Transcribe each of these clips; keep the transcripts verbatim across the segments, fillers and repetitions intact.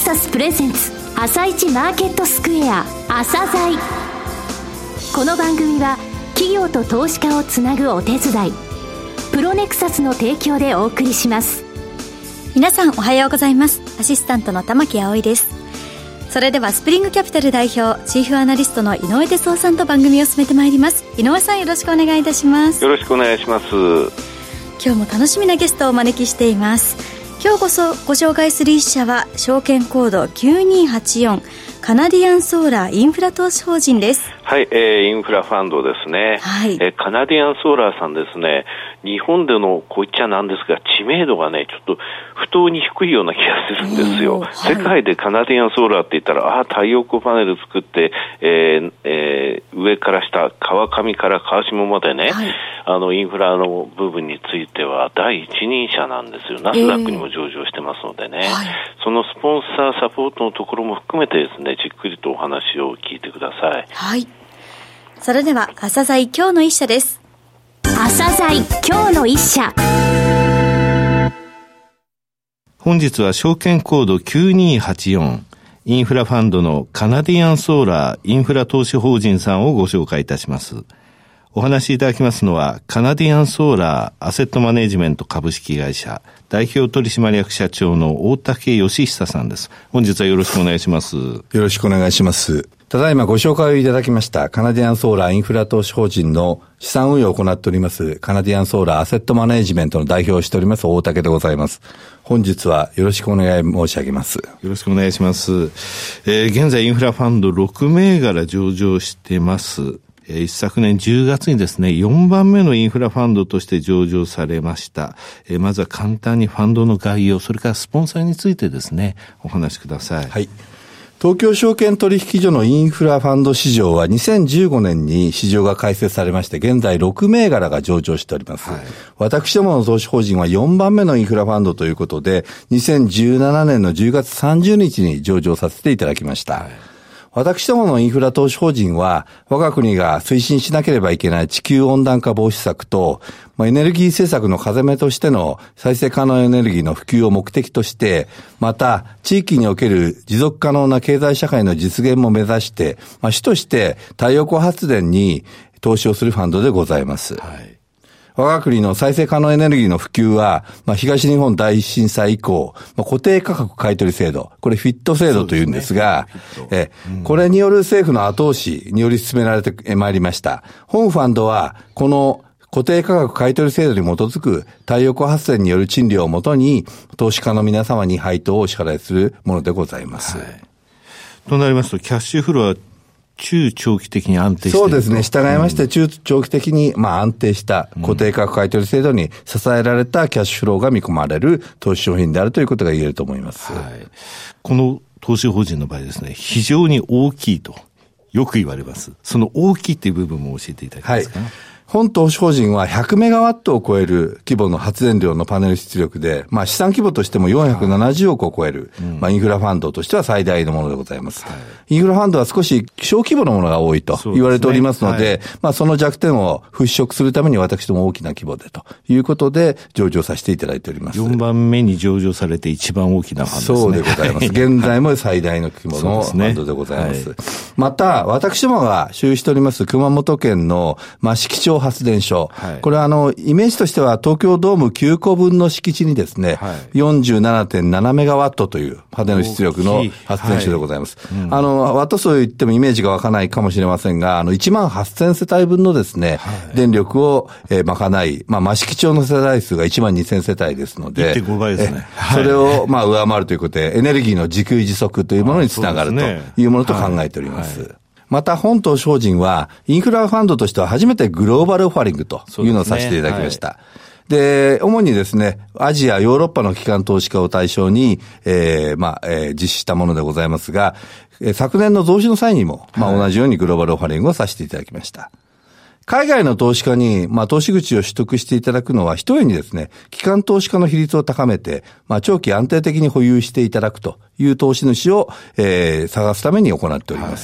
サスプレゼンツ朝一マーケットスクエア朝鮮。この番組は企業と投資家をつなぐお手伝いプロネクサスの提供でお送りします。 皆さんおはようございます。アシスタントの玉木葵です。それではスプリングキャピタル代表チーフアナリストの井上哲夫さんと番組を進めてまいります。井上さん、よろしくお願いいたします。 よろしくお願いします。 今日も楽しみなゲストをお招きしています。今日こそご紹介する一社は証券コードきゅうにはちよんカナディアンソーラーインフラ投資法人です。 はい、えー、インフラファンドですね、はいえー、カナディアンソーラーさんですね。日本でのこういっちゃなんですが知名度がねちょっと不当に低いような気がするんですよ、はい、世界でカナディアンソーラーって言ったらあ太陽光パネル作って、えーえー、上から下川上から川下までね、はい、あのインフラの部分については第一人者なんですよ。ナスダックにも上場してますのでね、えーはい、そのスポンサーサポートのところも含めてですねじっくりとお話を聞いてください。 はい、それでは朝鮮今日の一社です。 朝鮮今日の一社。 本日は証券コードきゅうにはちよんインフラファンドのカナディアンソーラーインフラ投資法人さんをご紹介いたします。お話しいただきますのはカナディアンソーラーアセットマネジメント株式会社代表取締役社長の大竹義久さんです。本日はよろしくお願いします。 よろしくお願いします。ただいまご紹介をいただきましたカナディアンソーラーインフラ投資法人の資産運用を行っておりますカナディアンソーラーアセットマネジメントの代表をしております大竹でございます。本日はよろしくお願い申し上げます。よろしくお願いします。えー、現在インフラファンドろく銘柄上場してます。えー、一昨年じゅうがつにですねよんばんめのインフラファンドとして上場されました。えー、まずは簡単にファンドの概要それからスポンサーについてですねお話しください。 はい、東京証券取引所のインフラファンド市場はにせんじゅうごねんに市場が開設されまして現在ろく銘柄が上場しております、はい、私どもの投資法人はよんばんめのインフラファンドということでにせんじゅうななねんのじゅうがつさんじゅうにちに上場させていただきました、はい。私どものインフラ投資法人は我が国が推進しなければいけない地球温暖化防止策と、まあ、エネルギー政策の風目としての再生可能エネルギーの普及を目的として、また地域における持続可能な経済社会の実現も目指して、まあ、主として太陽光発電に投資をするファンドでございます。はい、我が国の再生可能エネルギーの普及は、まあ、東日本大震災以降、まあ、固定価格買取制度、これフィット制度というんですが、すね、え、うん、これによる政府の後押しにより進められてまいりました。本ファンドは、この固定価格買取制度に基づく太陽光発電による賃料をもとに、投資家の皆様に配当をお支払いするものでございます。はい、 となりますと、キャッシュフローは中長期的に安定している。 そうですね。従いまして、中長期的に、まあ安定した固定価格買取制度に支えられたキャッシュフローが見込まれる投資商品であるということが言えると思います。はい、 この投資法人の場合ですね、非常に大きいとよく言われます。その大きいっていう部分も教えていただけますか。はい、 本投資法人はひゃくメガワットを超える規模の発電量のパネル出力で、まあ資産規模としてもよんひゃくななじゅうおくを超える、うん、まあインフラファンドとしては最大のものでございます。はい、インフラファンドは少し小規模のものが多いと言われておりますので、でねはい、まあその弱点を払拭するために私ども大きな規模でということで上場させていただいております。 よんばんめに上場されて一番大きなファンドですね。 そうでございます。現在も最大の規模のファンドでございます。すねはい、また、私どもが所有しております熊本県の益城町発電所、はい、これはあの、イメージとしては東京ドームきゅうこぶんの敷地にですね、はい、よんじゅうななてんななメガワットというパネル出力の発電所でございます。はいうん、あの、ワット数を言ってもイメージが湧かないかもしれませんが、あの、いちまんはっせんせたいぶんのですね、はい、電力を、えー、賄い、まあ、益城町の世帯数がいちまんにせんせたいですので、 いってんごばいですね。 それを、まあ、上回るということで、エネルギーの自給自足というものにつながるというものと考えております。はいはいまた、本投資法人は、インフラファンドとしては初めてグローバルオファリングというのをさせていただきました。で、はい、主にですね、アジア、ヨーロッパの機関投資家を対象に、えー、まあ、えー、実施したものでございますが、えー、昨年の増資の際にも、まあ、同じようにグローバルオファリングをさせていただきました。海外の投資家に、まあ、投資口を取得していただくのは、一重にですね、機関投資家の比率を高めて、まあ、長期安定的に保有していただくという投資主を、えー、探すために行っております。はい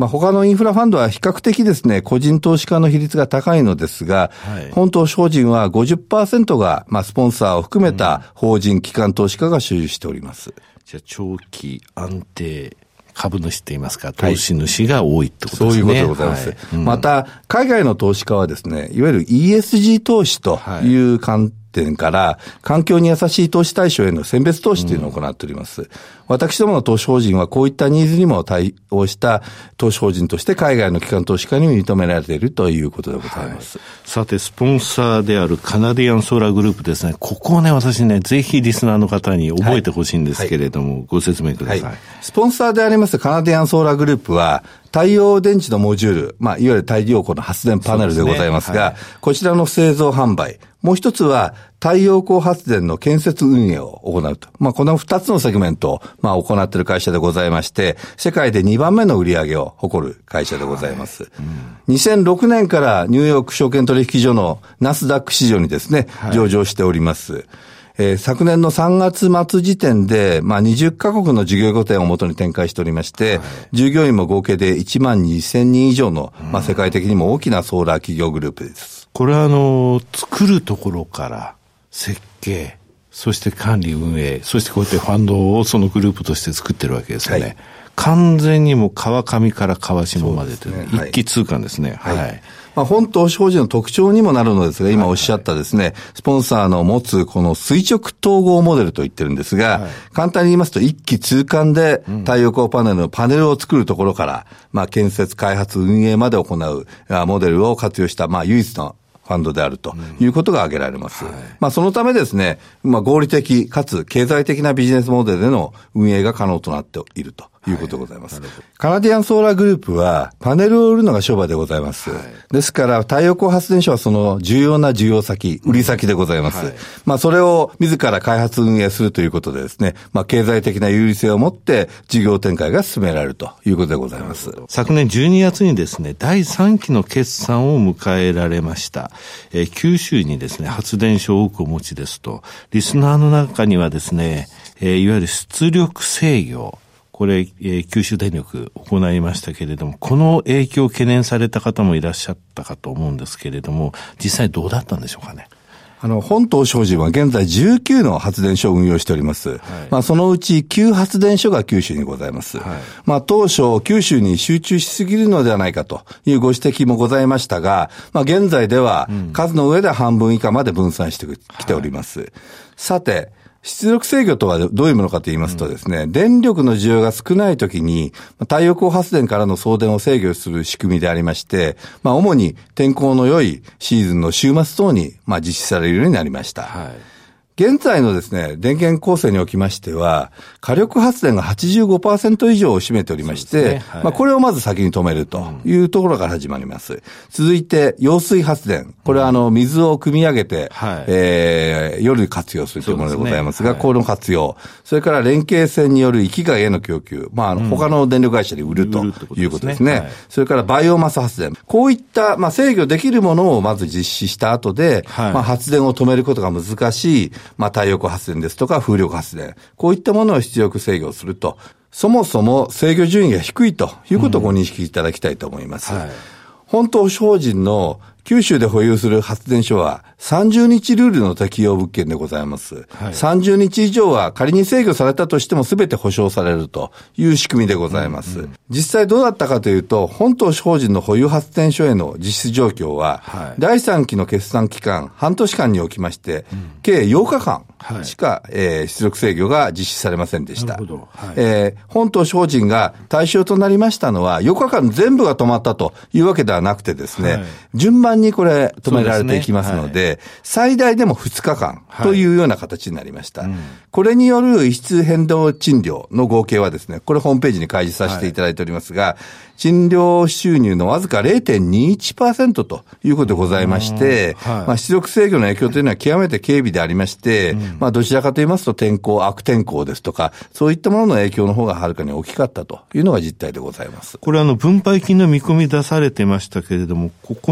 まあ、他のインフラファンドは比較的ですね、個人投資家の比率が高いのですが、はい、本投資法人は ごじゅっパーセント が、まあ、スポンサーを含めた法人、機関投資家が所有しております。 じゃあ、長期安定株主って言いますか、投資主が多いってことですね。 そういうことでございます。はい、うん、また、海外の投資家はですね、いわゆる イーエスジー 投資という観点から、環境に優しい投資対象への選別投資というのを行っております。うん、私どもの投資法人はこういったニーズにも対応した投資法人として海外の機関投資家に認められているということでございます。はい、 さて、スポンサーであるカナディアンソーラーグループですね。ここをね、私ね、ぜひリスナーの方に覚えてほしいんですけれども、はいはい、ご説明ください。はい、 スポンサーでありますカナディアンソーラーグループは、太陽電池のモジュール、まあ、いわゆる太陽光の発電パネルでございますが、すね、はい、こちらの製造販売、もう一つは太陽光発電の建設運営を行うと。まあ、この二つのセグメントを、まあ、行っている会社でございまして、世界でにばんめの売り上げを誇る会社でございます。はい、うん、にせんろくねんからニューヨーク証券取引所のナスダック市場にですね、はい、上場しております。えー、昨年のさんがつ末時点で、まあ、にじゅっかこくの事業拠点をもとに展開しておりまして、はい、従業員も合計でいちまんにせんにん以上の、まあ、世界的にも大きなソーラー企業グループです。 これはあの、作るところから設計、そして管理運営、そしてこうやってファンドをそのグループとして作ってるわけですよね。はい、完全にも川上から川下までという、ね、はい、一気通貫ですね。はい。はい、 まあ、本投資法人の特徴にもなるのですが、今おっしゃったですね、はいはい、スポンサーの持つこの垂直統合モデルと言ってるんですが、はい、簡単に言いますと一気通貫で太陽光パネルのパネルを作るところから、まあ、建設、開発、運営まで行うモデルを活用した、まあ、唯一のファンドであるということが挙げられます。うん、はい、まあ、そのためですね、まあ、合理的かつ経済的なビジネスモデルでの運営が可能となっているということでございます。はい、カナディアンソーラーグループはパネルを売るのが商売でございます。はい、ですから太陽光発電所はその重要な需要先、売り先でございます。はい、まあ、それを自ら開発運営するということでですね、まあ、経済的な有利性を持って事業展開が進められるということでございます。 昨年じゅうにがつにですね、だいさんきの決算を迎えられました。えー、九州にですね、発電所を多くお持ちですと、リスナーの中にはですね、えー、いわゆる出力制御、これ、えー、九州電力行いましたけれども、この影響を懸念された方もいらっしゃったかと思うんですけれども、実際どうだったんでしょうかね。 あの、本投資法人は現在じゅうきゅうの発電所を運用しております。はい、まあ、そのうちきゅう発電所が九州にございます。はい、まあ、当初、九州に集中しすぎるのではないかというご指摘もございましたが、まあ、現在では数の上で半分以下まで分散してきております。はい、さて、出力制御とはどういうものかと言いますとですね、うん、電力の需要が少ないときに太陽光発電からの送電を制御する仕組みでありまして、まあ主に天候の良いシーズンの週末等にまあ実施されるようになりました。はい、現在のですね、電源構成におきましては、火力発電が はちじゅうごパーセント 以上を占めておりまして、ね、はい、まあこれをまず先に止めるというところから始まります。うん、続いて、揚水発電。これはあの、水を汲み上げて、はい、えー、夜活用するというものでございますが、すね、はい、この活用。それから連携線による域外への供給。まあ、あの、他の電力会社に売るということですね。うん、はい、それからバイオマス発電。こういった、まあ制御できるものをまず実施した後で、はい、まあ発電を止めることが難しい、まあ太陽光発電ですとか風力発電。こういったものを出力制御すると、そもそも制御順位が低いということをご認識いただきたいと思います。うん、はい、本投資法人の九州で保有する発電所はさんじゅうにちルールの適用物件でございます。はい、さんじゅうにち以上は仮に制御されたとしても全て保証されるという仕組みでございます。うんうん、実際どうだったかというと、本投資法人の保有発電所への実施状況は、はい、だいさんきの決算期間、半年間におきまして、うん、計ようかかんしか、はい、えー、出力制御が実施されませんでした。なるほど。はい、えー、本投資法人が対象となりましたのは、ようかかん全部が止まったというわけではなくてですね、はい、順番にこれ止められていきますので、最大でもふつかかんというような形になりました。はい、うん、これによる逸失変動賃料の合計はですね、これホームページに開示させていただいておりますが、はい、賃料収入のわずか れいてんにいちパーセント ということでございまして、はい、まあ、出力制御の影響というのは極めて軽微でありまして、うん、まあ、どちらかと言いますと天候、悪天候ですとか、そういったものの影響の方がはるかに大きかったというのが実態でございます。 これあの、分配金の見込み出されてましたけれども、ここにも影響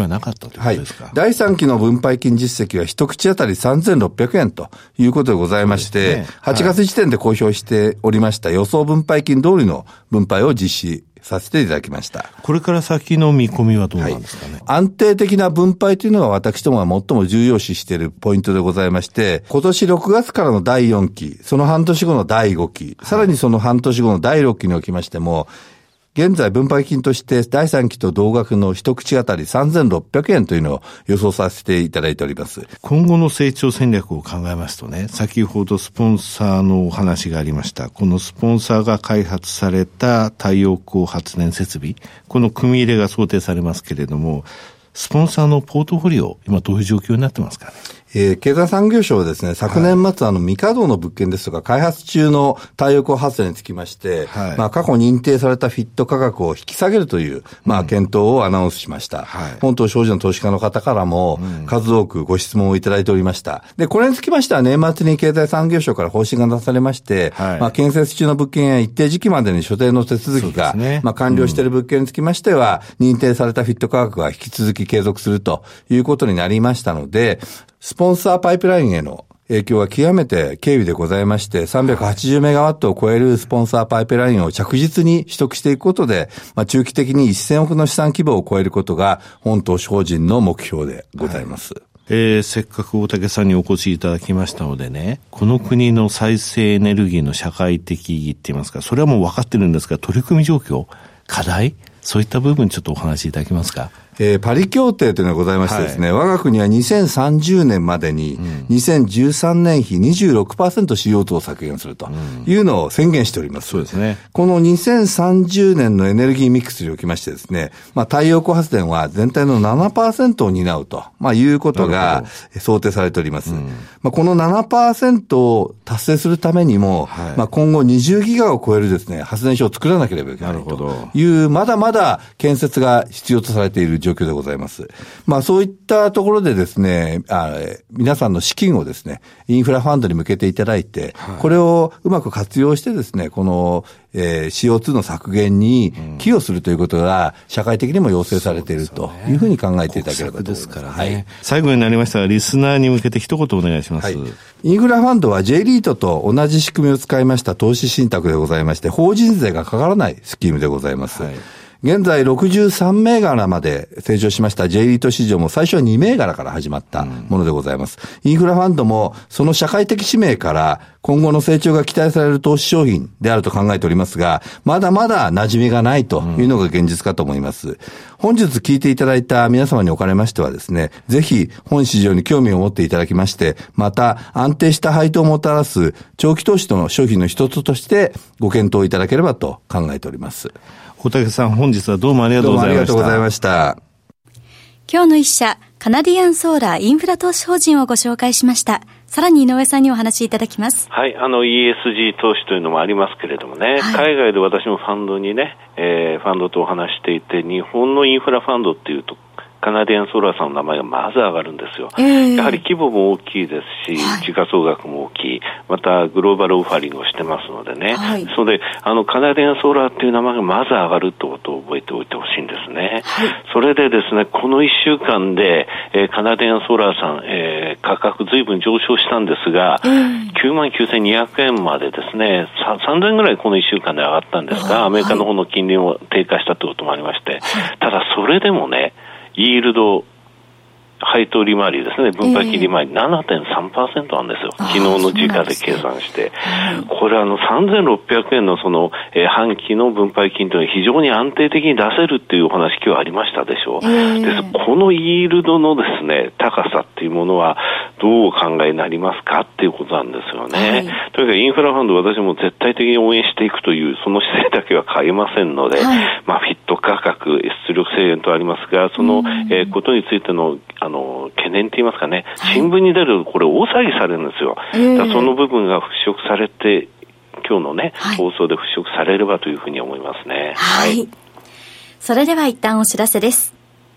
はなかったということですか。 はい、だいさんきの分配金実績は一口当たりさんぜんろっぴゃくえんということでございまして、ね、はちがつ時点で公表しておりました予想分配金通りの分配を実施させていただきました。 これから先の見込みはどうなんですかね。はい、 安定的な分配というのが私どもが最も重要視しているポイントでございまして、今年ろくがつからのだいよんき、その半年後のだいごき、さらにその半年後のだいろっきにおきましても、現在分配金としてだいさんきと同額の一口当たりさんぜんろっぴゃくえんというのを予想させていただいております。 今後の成長戦略を考えますとね、先ほどスポンサーのお話がありました。このスポンサーが開発された太陽光発電設備、この組み入れが想定されますけれども、スポンサーのポートフォリオ、今どういう状況になってますかね。 えー、経済産業省はですね、昨年末、あの、未稼働の物件ですとか、開発中の太陽光発電につきまして、はい、まあ、過去認定されたフィット価格を引き下げるという、まあ、検討をアナウンスしました。うん、はい、本島商事の投資家の方からも、数多くご質問をいただいておりました。で、これにつきましては、年末に経済産業省から方針が出されまして、はい、まあ、建設中の物件や一定時期までに所定の手続きが、ね、まあ、完了している物件につきましては、うん、認定されたフィット価格が引き続き継続するということになりましたので、スポンサーパイプラインへの影響は極めて軽微でございまして、さんびゃくはちじゅうメガワットを超えるスポンサーパイプラインを着実に取得していくことで、まあ、中期的にせんおくの資産規模を超えることが本投資法人の目標でございます。はい、 えー、せっかく大竹さんにお越しいただきましたのでね、この国の再生エネルギーの社会的意義って言いますか、それはもう分かってるんですが、取り組み状況、課題、そういった部分ちょっとお話しいただけますか。 えー、パリ協定というのがございましてですね、はい、我が国はにせんさんじゅうねんまでににせんじゅうさんねん比 にじゅうろくパーセントシーオーツー を削減するというのを宣言しております。 そうですね。 このにせんさんじゅうねんのエネルギーミックスにおきましてですね、まあ、太陽光発電は全体の ななパーセント を担うと、まあ、いうことが想定されております。うん、まあ、この ななパーセント を達成するためにも、はい、まあ、今後にじゅうギガを超えるですね、発電所を作らなければいけないという、まだまだ建設が必要とされている状況でございます。まあそういったところでですね、あ皆さんの資金をですね、インフラファンドに向けていただいて、はい、これをうまく活用してですね、この、えー、シーオーツー の削減に寄与するということが社会的にも要請されているというふうに考えていただければと思います。 ですからね。はい、最後になりましたが、リスナーに向けて一言お願いします。はい、 インフラファンドは J リートと同じ仕組みを使いました投資信託でございまして、法人税がかからないスキームでございます。はい、現在ろくじゅうさんめいがらまで成長しました J リート市場も最初はにめいがらから始まったものでございます。うん、インフラファンドもその社会的使命から今後の成長が期待される投資商品であると考えておりますが、まだまだ馴染みがないというのが現実かと思います。うん、本日聞いていただいた皆様におかれましてはですね、ぜひ本市場に興味を持っていただきまして、また安定した配当をもたらす長期投資の商品の一つとしてご検討いただければと考えております。 大竹さん、本日はどうもありがとうございました。どうもありがとうございました。 今日の一社、カナディアンソーラーインフラ投資法人をご紹介しました。さらに井上さんにお話しいただきます。 はい、あの イーエスジー 投資というのもありますけれどもね、はい、海外で私もファンドにね、えー、ファンドとお話していて、日本のインフラファンドっていうとカナディアンソーラーさんの名前がまず上がるんですよ。えー、やはり規模も大きいですし、はい、時価総額も大きい、またグローバルオファリングをしてますのでね、はい、それであのカナディアンソーラーっていう名前がまず上がるってことを覚えておいてほしいんですね。はい、それでですね、このいっしゅうかんで、えー、カナディアンソーラーさん、えー、価格随分上昇したんですが、えー、きゅうまんきゅうせんにひゃくえんまでですね、さんぜんえんぐらいこのいっしゅうかんで上がったんですが、アメリカの方の金利も低下したということもありまして、はい、ただそれでもね、イールド配当利回りですね、分配金利回り ななてんさんパーセント なんですよ。昨日の時価で計算して。これあのさんぜんろっぴゃくえんのその、えー、半期の分配金というのは非常に安定的に出せるっていうお話今日ありましたでしょう。ですこのイールドのですね、高さっていうものはどうお考えになりますかっていうことなんですよね。はい、とにかくインフラファンド私も絶対的に応援していくというその姿勢だけは変えませんので、はい、まあフィット価格、出力制限とありますが、その、えー、ことについてのあの懸念といいますかね、新聞に出るとこれ大騒ぎされるんですよ。はい、だその部分が払拭されて今日のね、はい、放送で払拭されればというふうに思いますね。 はい。はい、それでは一旦お知らせです。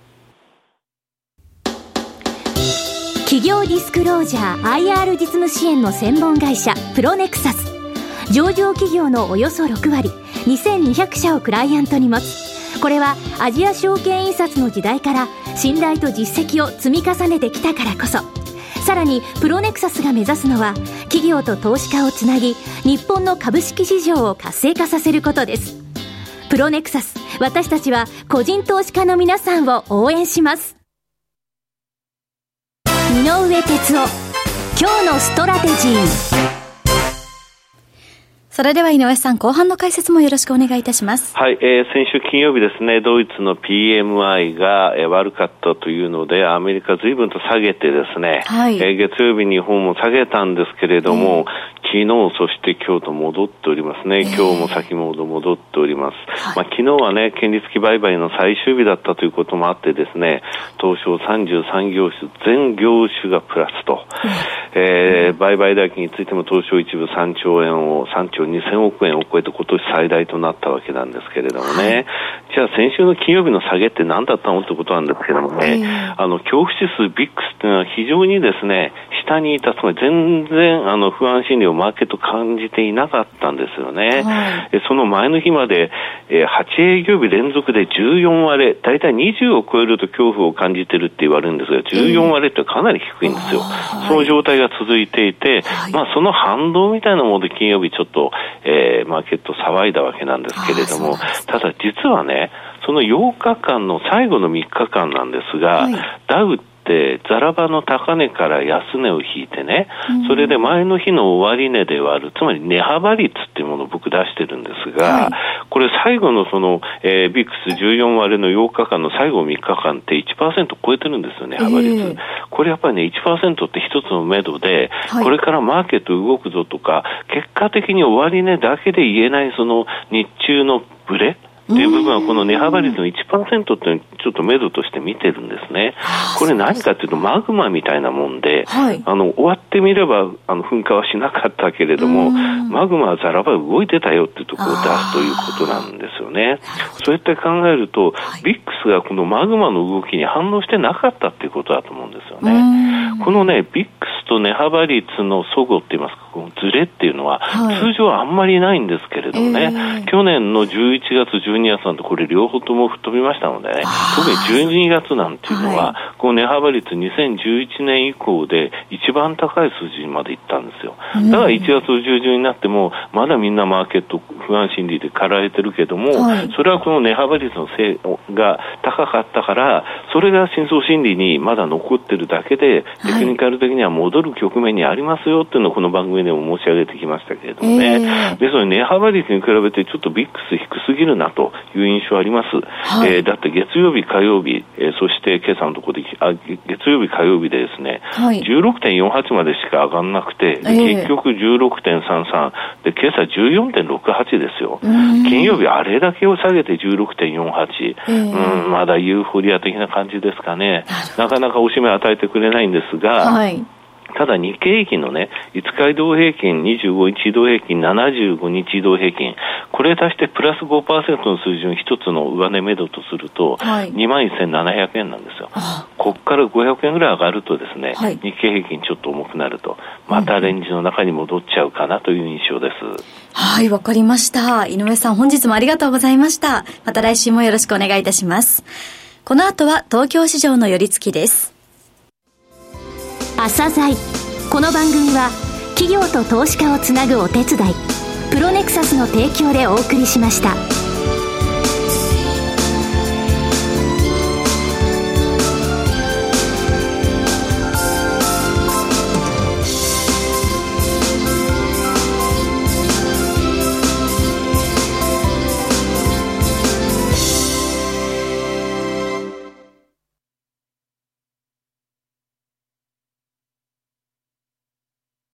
企業ディスクロージャー アイアール 実務支援の専門会社プロネクサス。上場企業のおよそろくわり、にせんにひゃくしゃをクライアントに持つ。これはアジア証券印刷の時代から信頼と実績を積み重ねてきたからこそ、さらにプロネクサスが目指すのは企業と投資家をつなぎ、日本の株式市場を活性化させることです。プロネクサス、私たちは個人投資家の皆さんを応援します。井上哲夫、今日のストラテジー。 それでは井上さん、後半の解説もよろしくお願いいたします。 はい、えー、先週金曜日ですね、ドイツの ピーエムアイ が、えー、悪かったというので、アメリカ随分と下げてですね、はい、えー、月曜日日本も下げたんですけれども、えー、昨日そして今日と戻っておりますね。えー、今日も先ほど戻っております。はい、まあ、昨日はね、権利付き売買の最終日だったということもあってですね、東証さんじゅうさん業種全業種がプラスと、えー、売買代金についても東証一部さんちょうえんをさんちょうにせんおくえんを超えて今年最大となったわけなんですけれどもね、はい、じゃあ先週の金曜日の下げって何だったのってことなんですけどもね、あの恐怖指数ビックスっていうのは非常にですね、下にいた、つまり全然あの不安心理をマーケット感じていなかったんですよね。はい、その前の日まで、えー、はちえいぎょうび連続でじゅうよんわれ、だいたいにじゅうを超えると恐怖を感じてるって言われるんですが、じゅうよんわれってかなり低いんですよ。はい、その状態が続いていて、はい、まあその反動みたいなもので金曜日ちょっと、えー、マーケット騒いだわけなんですけれども、ただ実はね、そのようかかんの最後のみっかかんなんですが、はい、ダウってザラバの高値から安値を引いてね、それで前の日の終値で割る、つまり値幅率っていうものを僕出してるんですが、はい、これ最後のその、えー、ビックスじゅうよんわれのようかかんの最後みっかかんって いちパーセント 超えてるんですよね、幅率。えー、これやっぱりね、いちパーセント って一つの目処で、はい、これからマーケット動くぞとか、結果的に終値だけで言えないその日中のブレという部分はこの値幅率の いちパーセント っていうのをちょっと目処として見てるんですね。これ何かというとマグマみたいなもんで、はい、あの終わってみればあの噴火はしなかったけれども、マグマはザラバ動いてたよっていうところを出すということなんですよね。そうやって考えると、はい、ビックスがこのマグマの動きに反応してなかったっていうことだと思うんですよね。このね、ビックスと値幅率の齟齬って言いますか、このズレっていうのは、はい、通常はあんまりないんですけれどもね、えー、去年のじゅういちがつじゅうにがつなんてこれ両方とも吹っ飛びましたのでね、特にじゅうにがつなんていうのは、はい、この値幅率にせんじゅういちねん以降で一番高い数字までいったんですよ。だからいちがつじゅうじゅんになってもまだみんなマーケット不安心理で駆られてるけども、はい、それはこの値幅率のせいが高かったから、それが深層心理にまだ残ってるだけで、テクニカル的には戻る局面にありますよっていうのをこの番組でも申し上げてきましたけれどもね、えー、でその値幅率に比べてちょっとビックス低すぎるなという印象あります。はい、えー、だって月曜日火曜日、えー、そして今朝のところであ月曜日火曜日でですね、はい、じゅうろくてんよんはち までしか上がんなくて、えー、結局 じゅうろくてんさんさん で今朝 じゅうよんてんろくはち ですよ。金曜日あれだけを下げて じゅうろくてんよんはち、えー、うん、まだユーフォリア的な感じですかね。なかなか押し目与えてくれないんですが、はい、ただ日経平均のね、いつか移動平均、にじゅうごにち移動平均、ななじゅうごにち移動平均、これ足してプラス ごパーセント の水準一つの上値目処とすると、はい、にまんせんななひゃくえんなんですよ。ここからごひゃくえんぐらい上がるとですね、はい、日経平均ちょっと重くなると、またレンジの中に戻っちゃうかなという印象です。うん、 はい、わかりました。井上さん、本日もありがとうございました。また来週もよろしくお願いいたします。この後は東京市場の寄り付きです。 朝鮮、この番組は企業と投資家をつなぐお手伝い、プロネクサスの提供でお送りしました。